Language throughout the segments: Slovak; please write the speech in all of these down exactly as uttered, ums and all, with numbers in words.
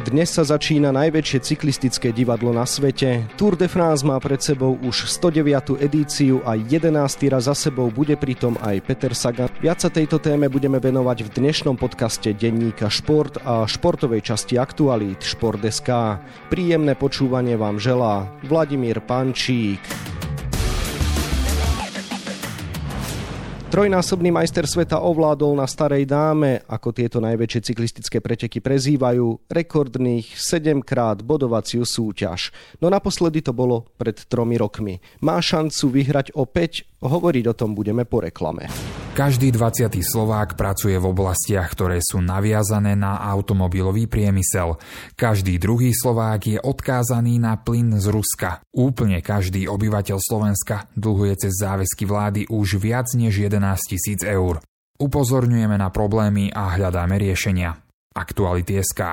Dnes sa začína najväčšie cyklistické divadlo na svete. Tour de France má pred sebou už stodeviatu edíciu a jedenásty raz za sebou bude pritom aj Peter Sagan. Viac sa tejto téme budeme venovať v dnešnom podcaste denníka Šport a športovej časti aktualít Šport bodka es ká. Príjemné počúvanie vám želá Vladimír Pančík. Trojnásobný majster sveta ovládol na Starej Dáme, ako tieto najväčšie cyklistické preteky prezývajú, rekordných sedemkrát bodovaciu súťaž. No naposledy to bolo pred tromi rokmi. Má šancu vyhrať opäť? Hovoriť o tom budeme po reklame. Každý dvadsiaty Slovák pracuje v oblastiach, ktoré sú naviazané na automobilový priemysel. Každý druhý Slovák je odkázaný na plyn z Ruska. Úplne každý obyvateľ Slovenska dlhuje cez záväzky vlády už viac než jedenásť tisíc eur. Upozorňujeme na problémy a hľadáme riešenia. Aktuality bodka es ká.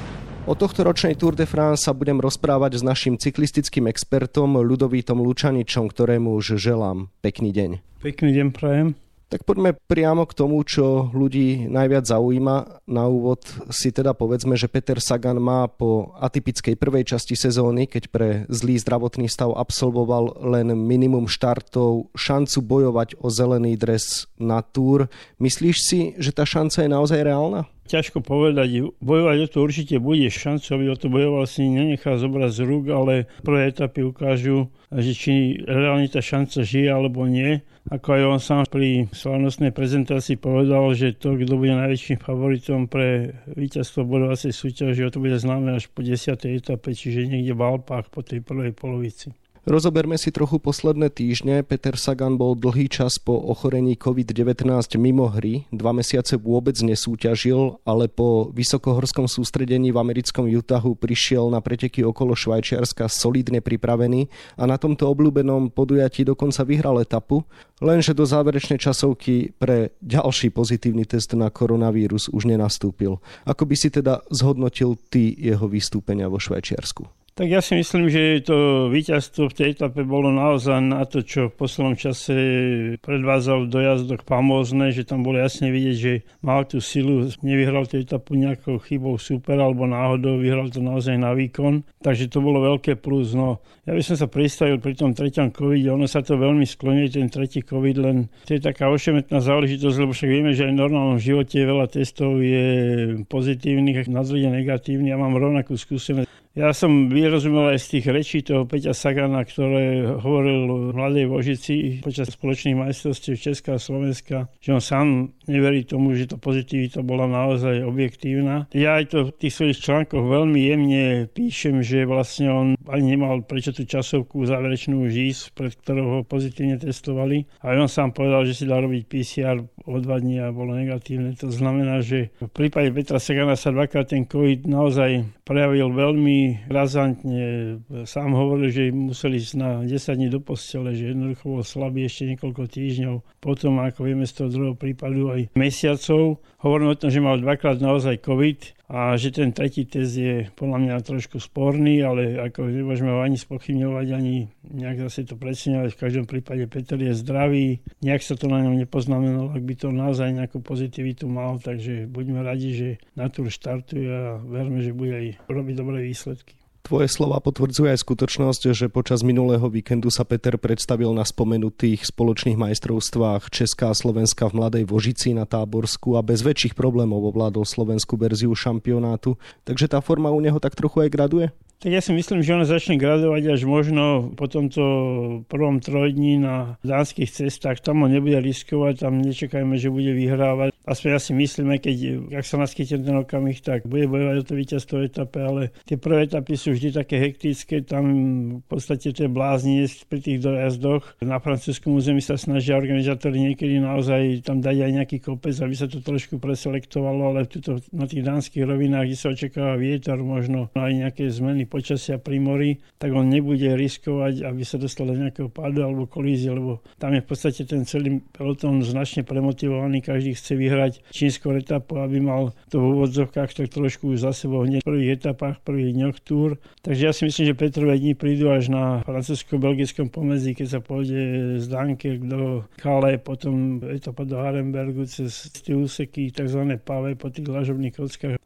O tohto ročnej Tour de France sa budem rozprávať s naším cyklistickým expertom Ľudovítom Lučaničom, ktorému už želám pekný deň. Pekný deň prajem. Tak poďme priamo k tomu, čo ľudí najviac zaujíma. Na úvod si teda povedzme, že Peter Sagan má po atypickej prvej časti sezóny, keď pre zlý zdravotný stav absolvoval len minimum štartov, šancu bojovať o zelený dres na Tour. Myslíš si, že tá šanca je naozaj reálna? Ťažko povedať, bojovať o to určite bude, šancu, aby o to bojoval, si nenechá zobrať z rúk, ale prvé etapy ukážu, že či reálne tá šanca žije alebo nie. Ako aj on sám pri slavnostnej prezentácii povedal, že to, kto bude najväčším favoritom pre víťazstvo bodovacej súťaže, to bude známe až po desiatej etape, čiže niekde v Alpách po tej prvej polovici. Rozoberme si trochu posledné týždne. Peter Sagan bol dlhý čas po ochorení covid devätnásť mimo hry. Dva mesiace vôbec nesúťažil, ale po vysokohorskom sústredení v americkom Utahu prišiel na preteky okolo Švajčiarska solidne pripravený a na tomto obľúbenom podujatí dokonca vyhral etapu, lenže do záverečnej časovky pre ďalší pozitívny test na koronavírus už nenastúpil. Ako by si teda zhodnotil ty jeho vystúpenia vo Švajčiarsku? Tak ja si myslím, že to víťazstvo v tej etape bolo naozaj na to, čo v poslednom čase predvádzal v dojazdoch famózne, že tam bolo jasne vidieť, že mal tú silu, nevyhral tú etapu nejakou chybou super alebo náhodou, vyhral to naozaj na výkon, takže to bolo veľké plus. No, ja by som sa pristavil pri tom treťom covide, ono sa to veľmi skloní, ten tretí covid, len to je taká ošemetná záležitosť, lebo však vieme, že aj v normálnom živote veľa testov je pozitívnych, nazvite negatívnych. Ja mám rovnakú skúsenosť. Ja som vyrozumel aj z tých rečí toho Peťa Sagana, ktoré hovoril v Mladej Vožici počas spoločných majstrovstiev Česka a Slovenska, že on sám neverí tomu, že to pozitivita bola naozaj objektívna. Ja aj to v tých svojich článkoch veľmi jemne píšem, že vlastne on ani nemal prečo tú časovku záverečnú už ísť, pred ktorou ho pozitívne testovali. A on sám povedal, že si dal robiť pé cé er o dva dní a bolo negatívne. To znamená, že v prípade Petra Sagana sa dvakrát ten COVID naozaj prejavil veľmi razantne. Sám hovoril, že museli ísť na desať dní do postele, že jednoducho bol slabý ešte niekoľko týždňov. Potom, ako vieme z toho druhého prípadu, aj mesiacov. Hovorím o tom, že mal dvakrát naozaj COVID a že ten tretí test je podľa mňa trošku sporný, ale ako nemôžeme ho ani spochybňovať, ani nejak zase to preceňovať. V každom prípade Peter je zdravý, nejak sa to na ňom nepoznamenalo, ak by to naozaj nejakú pozitivitu mal, takže buďme radi, že na Tour štartuje a verme, že bude aj robiť dobré výsledky. Tvoje slova potvrdzuje aj skutočnosť, že počas minulého víkendu sa Peter predstavil na spomenutých spoločných majstrovstvách Česka a Slovenska v Mladej Vožici na Táborsku a bez väčších problémov ovládol slovenskú verziu šampionátu. Takže tá forma u neho tak trochu aj graduje? Tak ja si myslím, že ona začne gradovať až možno po tomto prvom trojdní na dánskych cestách. Tam ho nebude riskovať, tam nečakajme, že bude vyhrávať. Aspoň ja si myslíme, keď ak sa naskytne ten okamih, tak bude bojovať o to víťazstvo etape, ale tie prvé etapy sú vždy také hektické. Tam v podstate to je bláznie pri tých dojazdoch. Na francúzskom území sa snažia organizátori niekedy naozaj tam dať aj nejaký kopec, aby sa to trošku preselektovalo, ale tuto, na tých dánskych rovinách, kde sa očakáva vietor, možno aj nejaké zmeny počasia pri mori, tak on nebude riskovať, aby sa dostal do nejakého pádu alebo kolízie, lebo tam je v podstate ten celý pelotón značne premotivovaný, každý chce vyhrať čínskou etapu, aby mal to v úvodzovkách tak trošku za sebou hneď v prvých etapách, prvých dňoch Tour. Takže ja si myslím, že Petrové dni prídu až na francúzsko-belgickom pomedzi, keď sa pôjde z Dunkirk do Calais, potom etapa do Harembergu cez tie úseky, tzv. pavé po tých lažobných kockách.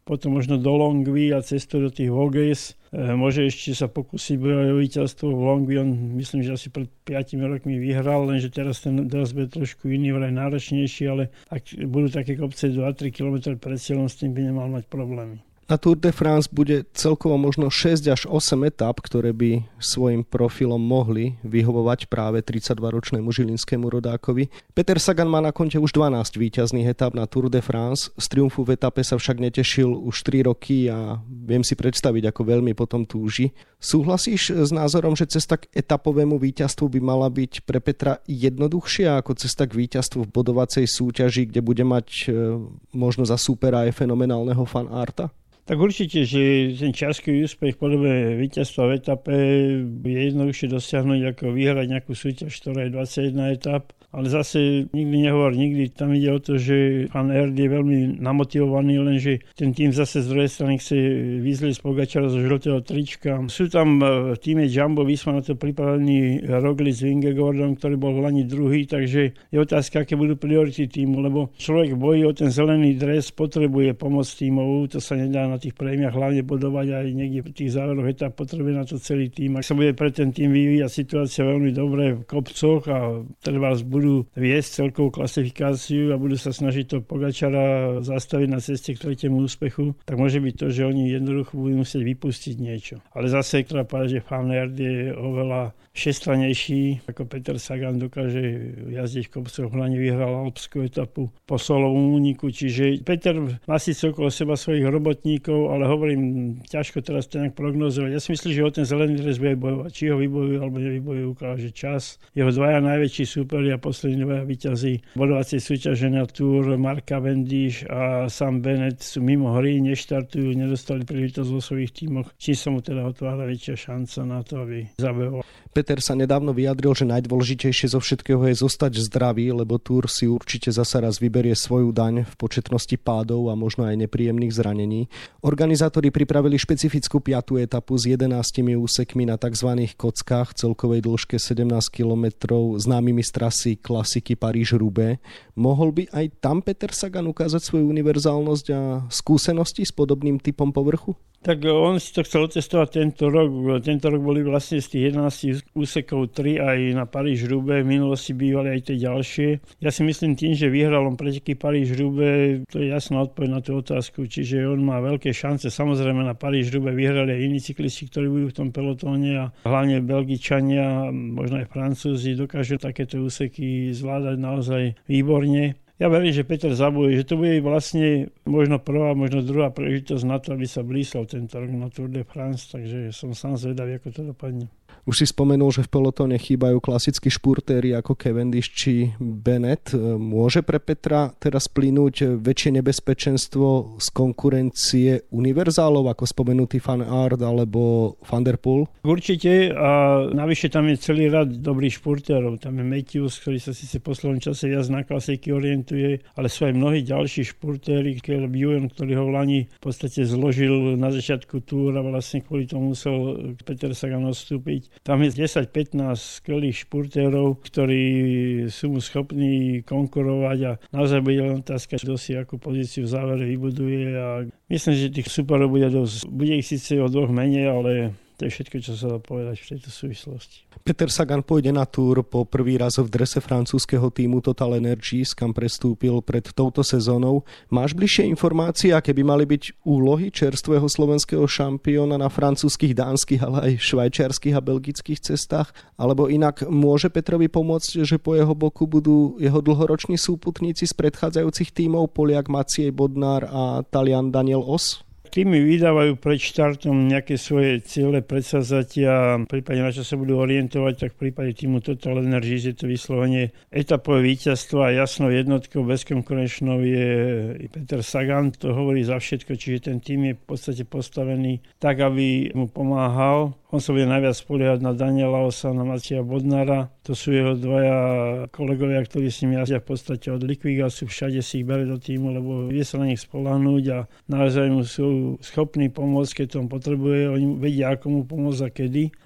potom možno do Longwy a cestu do tých Vosges. Môže ešte sa pokúsiť bojovať o víťazstvo v Longwy. On myslím, že asi pred piatimi rokmi vyhral, lenže teraz ten teraz bude trošku iný, vraj náročnejší, ale ak budú také kopce dva až tri kilometre pred cieľom, s tým by nemal mať problémy. Na Tour de France bude celkovo možno šesť až osem etap, ktoré by svojim profilom mohli vyhovovať práve tridsaťdvaročnému žilinskému rodákovi. Peter Sagan má na konte už dvanásť víťazných etap na Tour de France. Z triumfu v etape sa však netešil už tri roky a viem si predstaviť, ako veľmi potom túži. Súhlasíš s názorom, že cesta k etapovému víťazstvu by mala byť pre Petra jednoduchšia ako cesta k víťazstvu v bodovacej súťaži, kde bude mať možno za súpera aj fenomenálneho Van Aerta? Tak určite, že ten časkový úspech v podobe víťazstva v etape je jednoduchšie dosiahnuť ako vyhrať nejakú súťaž, ktorá je dvadsaťjeden etap. Ale zase nikdy nehovor, nikdy tam ide o to, že Van Aert je veľmi namotivovaný, lenže ten tým zase z druhej strany chce vyzliecť Pogačara zo žltého trička. Sú tam v týme Jumbo Visma na to pripravení Roglič s Vingegaardom, ktorý bol v Lani druhý, takže je otázka, aké budú priority týmu, lebo človek v boji o ten zelený dres potrebuje pomoc tímov, to sa nedá na tých prémiách hlavne bodovať, aj niekde v tých záveroch etap potrebuje na to celý tým. Ak sa bude pre ten tým vyvíjať situácia veľmi dobre v kopcoch a treba budú viesť celkovú klasifikáciu a budú sa snažiť to Pogačara zastaviť na ceste k tretiemu úspechu, tak môže byť to, že oni jednoducho budú musieť vypustiť niečo. Ale zase treba povedať, že Van Aert je oveľa všestranejší, ako Peter Sagan dokáže jazdiť v kopcoch, hlavne vyhral alpskú etapu po solovom úniku, čiže Peter má síce okolo seba svojich robotníkov, ale hovorím, ťažko teraz to nejak prognozovať. Ja si myslím, že o ten zelený dres bude bojovať. Či ho vybojujú alebo nevybojujú, ukáže čas. Jeho dvaja najväčší súperi a poslední dvaja víťazi bodovacej súťaže na Tour, Mark Cavendish a Sam Bennett sú mimo hry, neštartujú, nedostali príležitosť vo svojich tímoch, či sa mu teda otvára väčšia šanca na to, aby zabehoval. Peter sa nedávno vyjadril, že najdôležitejšie zo všetkého je zostať zdravý, lebo Tour si určite zasa raz vyberie svoju daň v početnosti pádov a možno aj nepríjemných zranení. Organizátori pripravili špecifickú piatú etapu s jedenástimi úsekmi na tzv. Kockách celkovej dĺžke sedemnásť kilometrov známymi z trasy klasiky Paríž-Roubaix. Mohol by aj tam Peter Sagan ukázať svoju univerzálnosť a skúsenosti s podobným typom povrchu? Tak on si to chcel testovať tento rok. Tento rok boli vlastne z tých jedenástich úsekov tri aj na Paríž-Roubaix. V minulosti bývali aj tie ďalšie. Ja si myslím tým, že vyhral on preteky Paríž-Roubaix, to je jasná odpoveď na tú otázku. Čiže on má veľké šance. Samozrejme na Paríž-Roubaix vyhrali aj iní cyklisti, ktorí budú v tom pelotóne a hlavne Belgičania, možno aj Francúzi dokážu takéto úseky zvládať naozaj výborne. Ja verím, že Peter zabuje, že to bude vlastne možno prvá, možno druhá príležitosť na to, aby sa blísal tento rok na Tour de France, takže som sám zvedavý, ako to dopadne. Už si spomenul, že v pelotóne chýbajú klasickí špurtéri ako Cavendish či Bennett. Môže pre Petra teraz plynúť väčšie nebezpečenstvo z konkurencie univerzálov ako spomenutý Van Aert alebo Van der Poel? Určite a navyše tam je celý rad dobrých špurtérov. Tam je Matthews, ktorý sa síce v poslednom čase viac na klasiky orientuje, ale sú aj mnohí ďalší špurtéri, Caleb Ewan, ktorý ho v Lani v podstate zložil na začiatku Tour a vlastne kvôli tomu musel Peter Sagan odstúpiť. Tam je desať pätnásť skvelých špurtérov, ktorí sú mu schopní konkurovať a naozaj bude len otázka, kto si akú pozíciu v závere vybuduje a myslím, že tých superov bude dosť. Bude ich síce o dvoch menej, ale to je všetko, čo sa dá povedať v tejto súvislosti. Peter Sagan pôjde na Tour po prvý raz v drese francúzskeho týmu Total Energies, kam prestúpil pred touto sezónou. Máš bližšie informácie, aké by mali byť úlohy čerstvého slovenského šampióna na francúzskych, dánskych, ale aj švajčiarskych a belgických cestách? Alebo inak môže Petrovi pomôcť, že po jeho boku budú jeho dlhoroční súputníci z predchádzajúcich tímov Poliak Maciej Bodnár a Talian Daniel Oss? Týmy vydávajú pred štartom nejaké svoje ciele, predsazatia, v prípade na čo sa budú orientovať, tak v prípade týmu Total Energies je to vyslovene etapové víťazstvo a jasnou jednotkou bezkonkurenčnou je Peter Sagan. To hovorí za všetko, čiže ten tým je v podstate postavený tak, aby mu pomáhal. On sa bude najviac spoliehať na Daniela Ossa, na Macieja Bodnára. To sú jeho dvaja kolegovia, ktorí s ním jazdia v podstate od likvidáciu, všade si ich bere do týmu, lebo vie sa na nich spoľahnúť a naozaj mu sú schopní pomôcť, keď to on potrebuje. Oni vedia, ako mu pomôcť a kedy.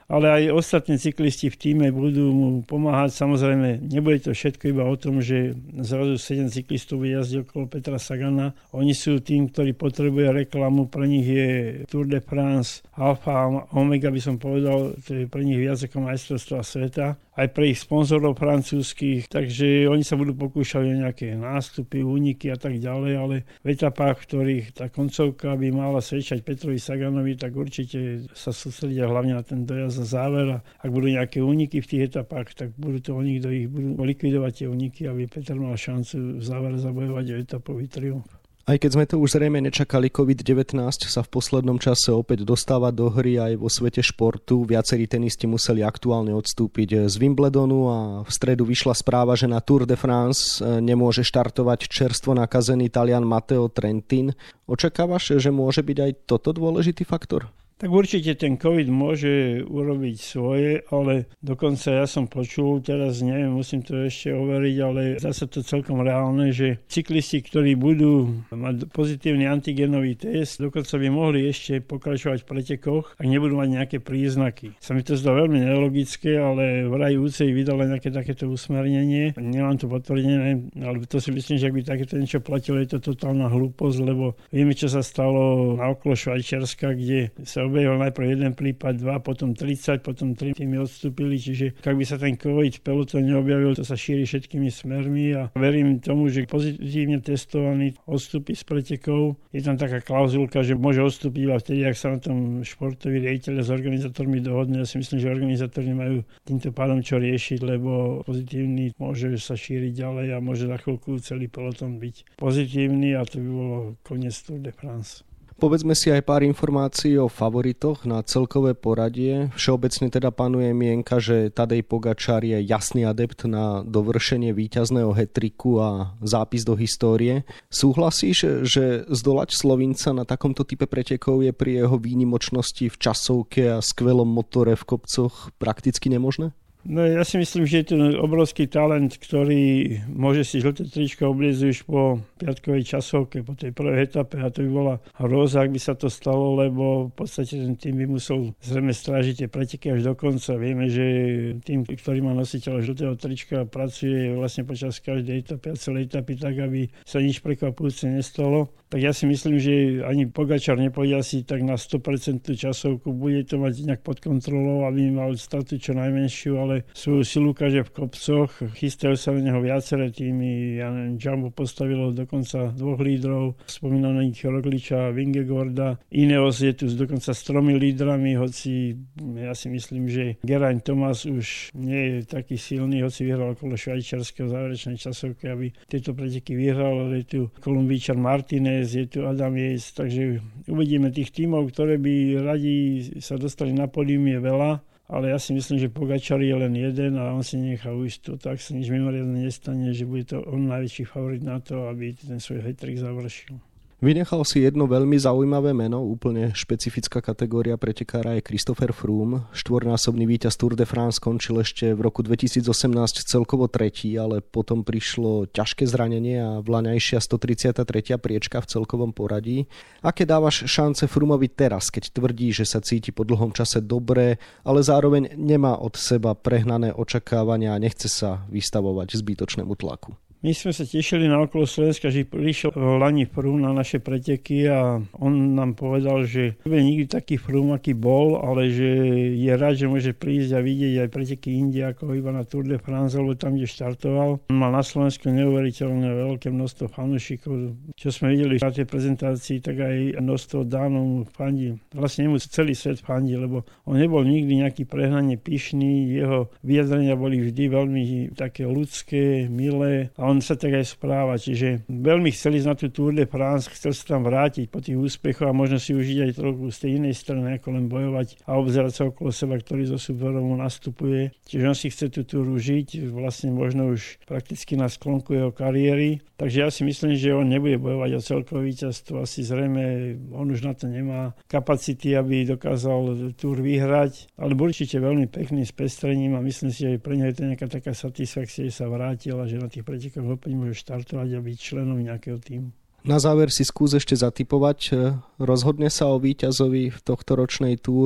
ale aj ostatní cyklisti v tíme budú mu pomáhať. Samozrejme, nebude to všetko iba o tom, že zrazu sedem cyklistov jazdí okolo Petra Sagana. Oni sú tým, ktorí potrebujú reklamu, pre nich je Tour de France, Alfa Omega by som povedal, to je pre nich viac ako majstrovstvá sveta, aj pre ich sponzorov francúzskych, takže oni sa budú pokúšať o nejaké nástupy, úniky a tak ďalej, ale v etapách, v ktorých tá koncovka by mala svedčať Petrovi Saganovi, tak určite sa sústredia hlavne na ten dojazd a záver, a ak budú nejaké úniky v tých etapách, tak budú to oni, kto ich budú likvidovať tie úniky, aby Peter mal šancu v závere zabojovať o etapový triumf. Aj keď sme to už zrejme nečakali, covid devätnásť sa v poslednom čase opäť dostáva do hry aj vo svete športu. Viacerí tenisti museli aktuálne odstúpiť z Wimbledonu a v stredu vyšla správa, že na Tour de France nemôže štartovať čerstvo nakazený Talian Matteo Trentin. Očakávaš, že môže byť aj toto dôležitý faktor? Tak určite ten COVID môže urobiť svoje, ale dokonca ja som počul, teraz neviem, musím to ešte overiť, ale zase to celkom reálne, že cyklisti, ktorí budú mať pozitívny antigenový test, dokonca by mohli ešte pokračovať v pretekoch, ak nebudú mať nejaké príznaky. Sa mi to zdá veľmi nelogické, ale vraj ú cé í vydala nejaké takéto usmernenie. Nemám to potvrdené, ale to si myslím, že ak by takéto niečo platilo, je to totálna hlúposť, lebo vieme, čo sa stalo na okolo Švajčiarska, kde sa obehol najprv jeden prípad, dva, potom tridsať, potom tri tými odstúpili, čiže ak by sa ten COVID v pelotone objavil, to sa šíri všetkými smermi a verím tomu, že pozitívne testovaný odstúpi z pretekov. Je tam taká klauzulka, že môže odstúpiť iba vtedy, ak sa na tom športoví riaditeľia s organizátormi dohodne. Ja si myslím, že organizátori majú týmto pádom čo riešiť, lebo pozitívny môže sa šíriť ďalej a môže za chvíľku celý peloton byť pozitívny a to by bolo koniec Tour de France. Povedzme si aj pár informácií o favoritoch na celkové poradie. Všeobecne teda panuje mienka, že Tadej Pogačar je jasný adept na dovršenie víťazného hat-tricku a zápis do histórie. Súhlasíš, že zdolať Slovinca na takomto type pretekov je pri jeho výnimočnosti v časovke a skvelom motore v kopcoch prakticky nemožné? No ja si myslím, že je to obrovský talent, ktorý môže si žlté tričko obliecť už po piatkovej časovke, po tej prvej etape a to by bola hrôza, ak by sa to stalo, lebo v podstate ten tým by musel zrejme strážiť tie preteky až do konca. Vieme, že tým, ktorý má nositeľ žltého trička, pracuje vlastne počas každej etapy a celej etapy tak, aby sa nič prekvapujúce nestalo. Tak ja si myslím, že ani Pogačar nepôjde asi tak na sto percent časovku, bude to mať nejak pod kontrolou, aby mal stratu čo najmenšiu, ale svoju silu ukáže v kopcoch, chystajú sa na neho viaceré týmy, ja neviem, Jumbo postavilo dokonca dvoch lídrov, spomínaných Rogliča, Vingegorda, Ineos je tu dokonca s tromi lídrami, hoci ja si myslím, že Geraint Thomas už nie je taký silný, hoci vyhral okolo švajčiarskeho záverečnej časovky, aby tieto preteky vyhral, ale je tu Kolumbíčan Martinez, je tu Adam Yates, takže uvidíme tých tímov, ktoré by radi sa dostali na pódium, je veľa, ale ja si myslím, že Pogačar je len jeden a on si nechá ujsť to, tak sa nič mimoriadne nestane, že bude to on najväčší favorit na to, aby ten svoj hat-trick završil. Vynechal si jedno veľmi zaujímavé meno, úplne špecifická kategória pretekára je Christopher Froome. Štvornásobný víťaz Tour de France skončil ešte v roku dvetisícosemnásť celkovo tretí, ale potom prišlo ťažké zranenie a vlaňajšia stotridsiata tretia priečka v celkovom poradí. Aké dávaš šance Froomeovi teraz, keď tvrdí, že sa cíti po dlhom čase dobre, ale zároveň nemá od seba prehnané očakávania a nechce sa vystavovať zbytočnému tlaku? My sme sa tešili na okolo Slovenska, že prišiel Lani Froome na naše preteky a on nám povedal, že nie je nikdy taký Froome, aký bol, ale že je rád, že môže prísť a vidieť aj preteky inde ako iba na Tour de France, alebo tam, kde štartoval. On mal na Slovensku neuveriteľné veľké množstvo fanúšikov. Čo sme videli na tej prezentácii, tak aj množstvo Dánov fandí. Vlastne nemu celý svet fandí, lebo on nebol nikdy nejaký prehnane pyšný, jeho vyjadrenia boli vždy veľmi také ľudské, milé a on sa tak aj správa, čiže veľmi chceli ísť na tú Tour de France, chcel sa tam vrátiť po tých úspechoch a možno si užiť aj trochu z tej inej strany, ako len bojovať a obzerať sa okolo seba, ktorý zo súperom nastupuje. Čiže on si chce tú túru žiť, vlastne možno už prakticky na sklonku jeho kariéry. Takže ja si myslím, že on nebude bojovať o celkové víťazstvo. Asi zrejme on už na to nemá kapacity, aby dokázal túr vyhrať, ale bol určite veľmi pekný s pestrením a myslím si, že pre neho je to nejaká taká satisfakcia, že sa vrátil a že na tých pretekoch opäť môže štartovať a byť členom nejakého týmu. Na záver si skús ešte zatipovať. Rozhodne sa o víťazovi v tohto ročnej túr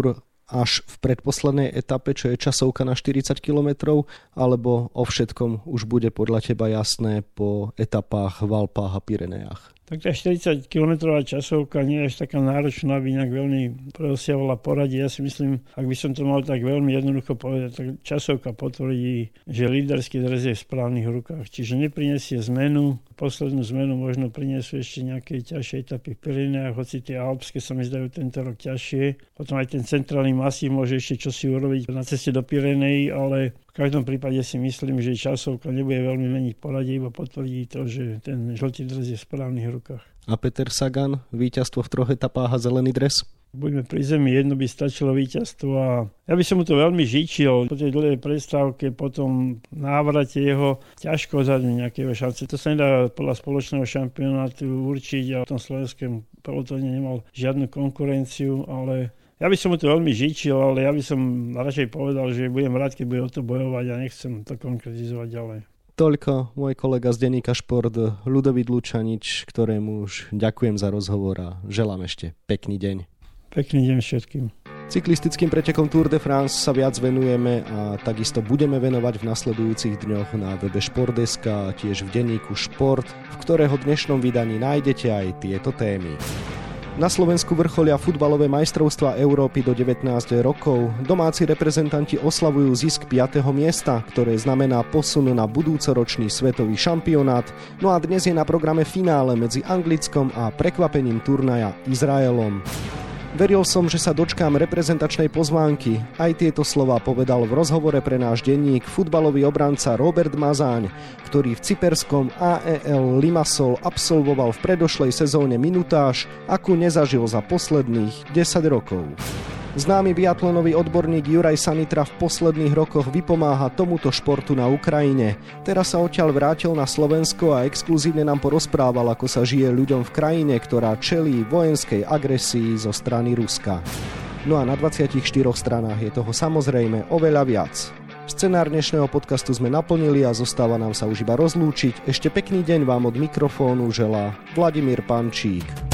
až v predposlednej etape, čo je časovka na štyridsať kilometrov, alebo o všetkom už bude podľa teba jasné po etapách v Alpách a Pyreneách? Tak tá štyridsať kilometrová časovka nie je až taká náročná, aby nejak veľmi prosiavala poradie. Ja si myslím, ak by som to mal tak veľmi jednoducho povedať, tak časovka potvrdí, že líderský dres je v správnych rukách. Čiže neprinesie zmenu. Poslednú zmenu možno prinesú ešte nejaké ťažšie etapy v Pyreneách, hoci tie alpské sa mi zdajú tento rok ťažšie. Potom aj ten centrálny masív môže ešte čosi urobiť na ceste do Pyreneí, ale v každom prípade si myslím, že časovka nebude veľmi meniť poradie, iba potvrdí to, že ten žltý dres je v správnych rukách. A Peter Sagan, víťazstvo v troch etapách a zelený dres? Buďme pri zemi, jedno by stačilo víťazstvo a ja by som mu to veľmi žičil. Po tej dlhej prestávke, po tom návrate jeho ťažko zadne nejakého šance. To sa nedá podľa spoločného šampionátu určiť a v tom slovenskom pelotóne nemal žiadnu konkurenciu, ale ja by som mu to veľmi žičil, ale ja by som radšej povedal, že budem rád, keď bude o to bojovať a nechcem to konkretizovať ďalej. Toľko môj kolega z denníka Šport Ľudovít Lučanič, ktorému už ďakujem za rozhovor a želám ešte pekný deň. Pekný deň všetkým. Cyklistickým pretekom Tour de France sa viac venujeme a takisto budeme venovať v nasledujúcich dňoch na webe Športdeska a tiež v denníku Šport, v ktorého dnešnom vydaní nájdete aj tieto témy. Na Slovensku vrcholia futbalové majstrovstvá Európy do devätnásť rokov. Domáci reprezentanti oslavujú zisk piateho miesta, ktoré znamená posun na budúcoročný svetový šampionát. No a dnes je na programe finále medzi Anglickom a prekvapením turnaja Izraelom. Veril som, že sa dočkám reprezentačnej pozvánky. Aj tieto slová povedal v rozhovore pre náš denník futbalový obranca Robert Mazáň, ktorý v cyperskom á é el Limassol absolvoval v predošlej sezóne minutáž, akú nezažil za posledných desať rokov. Známy biatlonový odborník Juraj Sanitra v posledných rokoch vypomáha tomuto športu na Ukrajine. Teraz sa odtiaľ vrátil na Slovensko a exkluzívne nám porozprával, ako sa žije ľuďom v krajine, ktorá čelí vojenskej agresii zo strany Ruska. No a na dvadsiatich štyroch stranách je toho samozrejme oveľa viac. Scenár dnešného podcastu sme naplnili a zostáva nám sa už iba rozlúčiť. Ešte pekný deň vám od mikrofónu želá Vladimír Pančík.